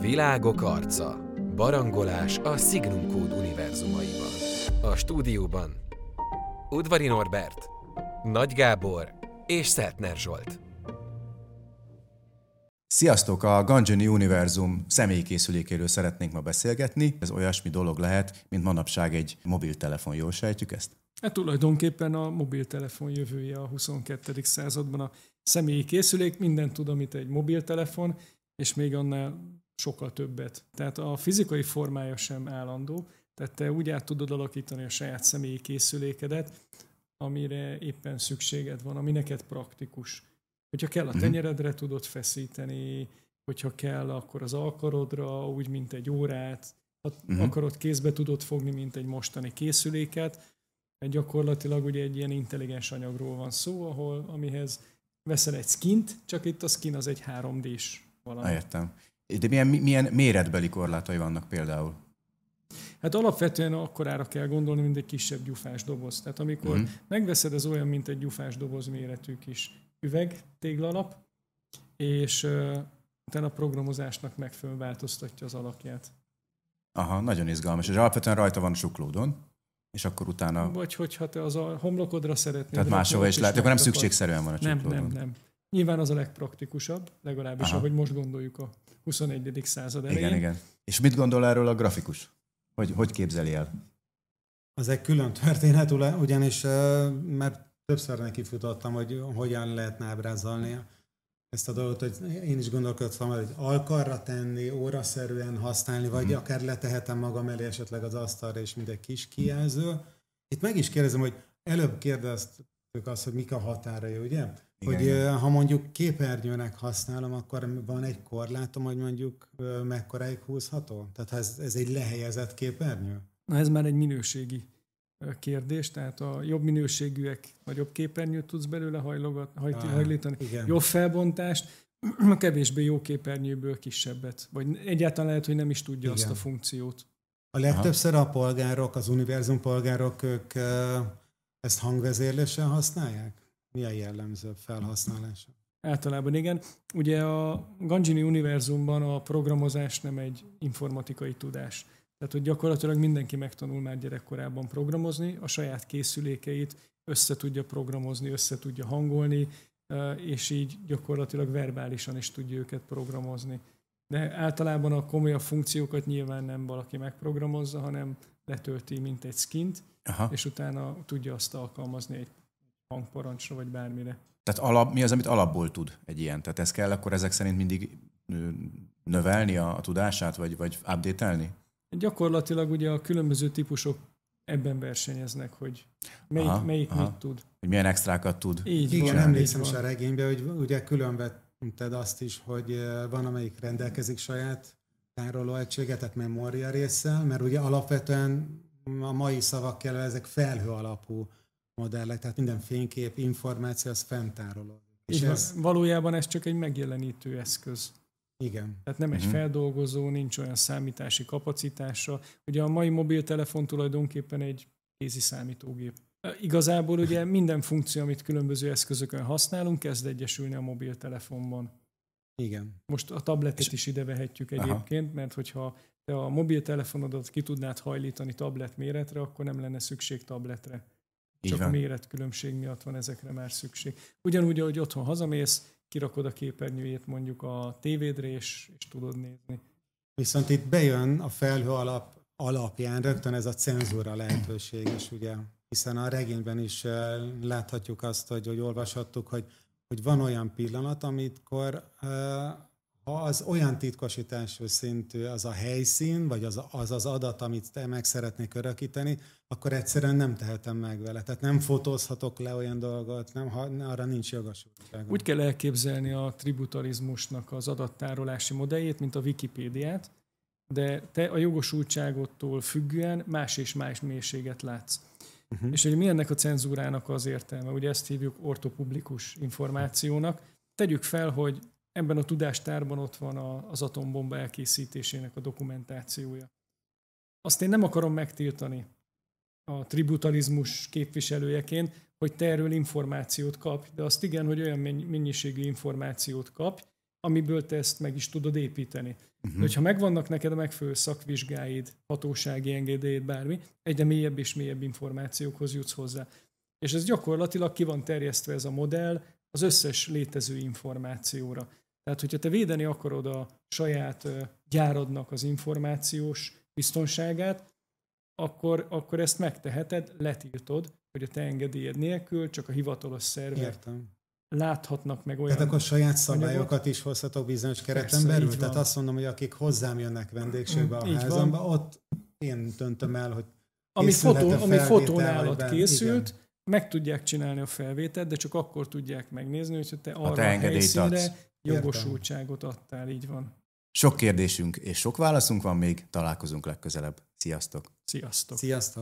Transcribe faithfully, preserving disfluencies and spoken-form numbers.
Világok arca. Barangolás a Signum Code univerzumaiban. A stúdióban Udvari Norbert, Nagy Gábor és Szertner Zsolt. Sziasztok! A Gungeon univerzum személykészülékéről szeretnénk ma beszélgetni. Ez olyasmi dolog lehet, mint manapság egy mobiltelefon. Jól sejtjük ezt? Hát tulajdonképpen a mobiltelefon jövője a huszonkettedik században a személyi készülék. Mindent tud, amit egy mobiltelefon, és még annál sokkal többet. Tehát a fizikai formája sem állandó, tehát te úgy át tudod alakítani a saját személyi készülékedet, amire éppen szükséged van, ami neked praktikus. Hogyha kell, a tenyeredre tudod feszíteni, hogyha kell, akkor az alkarodra, úgy, mint egy órát, ha uh-huh. akarod, kézbe tudod fogni, mint egy mostani készüléket. Gyakorlatilag ugye egy ilyen intelligens anyagról van szó, ahol, amihez veszel egy skint, csak itt a skin az egy három dés valami. Értem. De milyen, milyen méretbeli korlátai vannak például? Hát alapvetően akkorára kell gondolni, mint egy kisebb gyufás doboz. Tehát amikor uh-huh. megveszed, ez olyan, mint egy gyufás doboz méretű kis üveg, téglalap, és uh, utána a programozásnak megfelelően változtatja az alakját. Aha, nagyon izgalmas. És alapvetően rajta van a suklódon, és akkor utána... Vagy hogyha te az a homlokodra szeretnéd... Tehát máshova is lehet, akkor nem szükségszerűen van a suklódon. Nem, nem, nem. Nyilván az a legpraktikusabb, legalábbis Aha. ahogy most gondoljuk a huszonegyedik század elején. Igen, igen. És mit gondol erről a grafikus? Hogy, hogy képzeli el? Az egy külön történet, ugyanis mert többször nekifutottam, hogy hogyan lehetne ábrázolni ezt a dolgot, hogy én is gondolkodtam, hogy alkarra tenni, óraszerűen használni, vagy mm. akár letehetem magam elé esetleg az asztalra is, mint egy kis kijelző. Itt meg is kérdezem, hogy előbb kérdeztük azt, hogy mik a határai, ugye? Igen, hogy igen. Ha mondjuk képernyőnek használom, akkor van egy korlátom, hogy mondjuk mekkoráig húzható? Tehát ez, ez egy lehelyezett képernyő? Na ez már egy minőségi kérdés, tehát a jobb minőségűek nagyobb képernyőt tudsz belőle hajlogat, hajt, ah, hajlítani, igen. jobb felbontást, a kevésbé jó képernyőből kisebbet. Vagy egyáltalán lehet, hogy nem is tudja igen. azt a funkciót. A legtöbbször a polgárok, az univerzum polgárok, ők ezt hangvezérléssel használják? Mi a jellemzőbb felhasználása? Általában igen. Ugye a Gungeon univerzumban a programozás nem egy informatikai tudás. Tehát, hogy gyakorlatilag mindenki megtanul már gyerekkorában programozni, a saját készülékeit össze tudja programozni, össze tudja hangolni, és így gyakorlatilag verbálisan is tudja őket programozni. De általában a komolyabb funkciókat nyilván nem valaki megprogramozza, hanem letölti, mint egy skint, Aha. és utána tudja azt alkalmazni egy hangparancsra, vagy bármire. Tehát alap, mi az, amit alapból tud egy ilyen? Tehát ez kell akkor ezek szerint mindig növelni a, a tudását, vagy, vagy update-elni? Gyakorlatilag ugye a különböző típusok ebben versenyeznek, hogy melyik, aha, melyik aha. mit tud. Hogy milyen extrákat tud. Így Igen, van, emlékszem is a regényben, hogy ugye különveted azt is, hogy van, amelyik rendelkezik saját tárolóegységet, tehát memória résszel, mert ugye alapvetően a mai szavakkel ezek felhő alapú modellek, tehát minden fénykép, információ, az fenntárolódik. És ez... Valójában ez csak egy megjelenítő eszköz. Igen. Tehát nem uh-huh. egy feldolgozó, nincs olyan számítási kapacitása. Ugye a mai mobiltelefon tulajdonképpen egy kézi számítógép. Igazából ugye minden funkció, amit különböző eszközökön használunk, kezd egyesülni a mobiltelefonban. Igen. Most a tabletet is ide vehetjük egyébként, Aha. mert hogyha te a mobiltelefonodat ki tudnád hajlítani tablet méretre, akkor nem lenne szükség tabletre. Csak a méretkülönbség miatt van ezekre már szükség. Ugyanúgy, ahogy otthon hazamész, kirakod a képernyőjét mondjuk a tévédre, és, és tudod nézni. Viszont itt bejön a felhő alap, alapján rögtön ez a cenzúra lehetőség, és ugye, hiszen a regényben is láthatjuk azt, hogy, hogy olvashattuk, hogy, hogy van olyan pillanat, amikor ha az olyan titkosítású szintű az a helyszín, vagy az, az az adat, amit te meg szeretnék örökíteni, akkor egyszerűen nem tehetem meg vele. Tehát nem fotózhatok le olyan dolgot, nem, arra nincs jogosultságom. Úgy kell elképzelni a tributarizmusnak az adattárolási modelljét, mint a Wikipédiát, de te a jogosultságottól függően más és más mélységet látsz. Uh-huh. És hogy mi ennek a cenzúrának az értelme? Ugye ezt hívjuk ortopublikus információnak. Tegyük fel, hogy ebben a tudástárban ott van az atombomba elkészítésének a dokumentációja. Azt én nem akarom megtiltani a tributarizmus képviselőjeként, hogy te erről információt kapj, de azt igen, hogy olyan mennyiségű információt kapj, amiből te ezt meg is tudod építeni. Uh-huh. Hogyha megvannak neked a megfelelő szakvizsgáid, hatósági engedélyed, bármi, egyre mélyebb és mélyebb információkhoz jutsz hozzá. És ez gyakorlatilag ki van terjesztve ez a modell az összes létező információra. Tehát, hogyha te védeni akarod a saját gyáradnak az információs biztonságát, akkor, akkor ezt megteheted, letiltod, hogy a te engedélyed nélkül csak a hivatalos szervek Értem. láthatnak meg olyan... Tehát akkor saját szabályokat anyagot. is hozhatok bizonyos kereten Persze, belül? így Tehát van. azt mondom, hogy akik hozzám jönnek vendégségbe a Így házamba, van. ott én döntöm el, hogy Ami, készülhet fotó, a ami felvétel, fotónálat vagy bármi. készült, Igen. meg tudják csinálni a felvételt, de csak akkor tudják megnézni, hogyha te arra te a engedélyt helyszínre adsz. jogosultságot adtál, így van. Sok kérdésünk és sok válaszunk van még, találkozunk legközelebb. Sziasztok! Sziasztok! Sziasztok!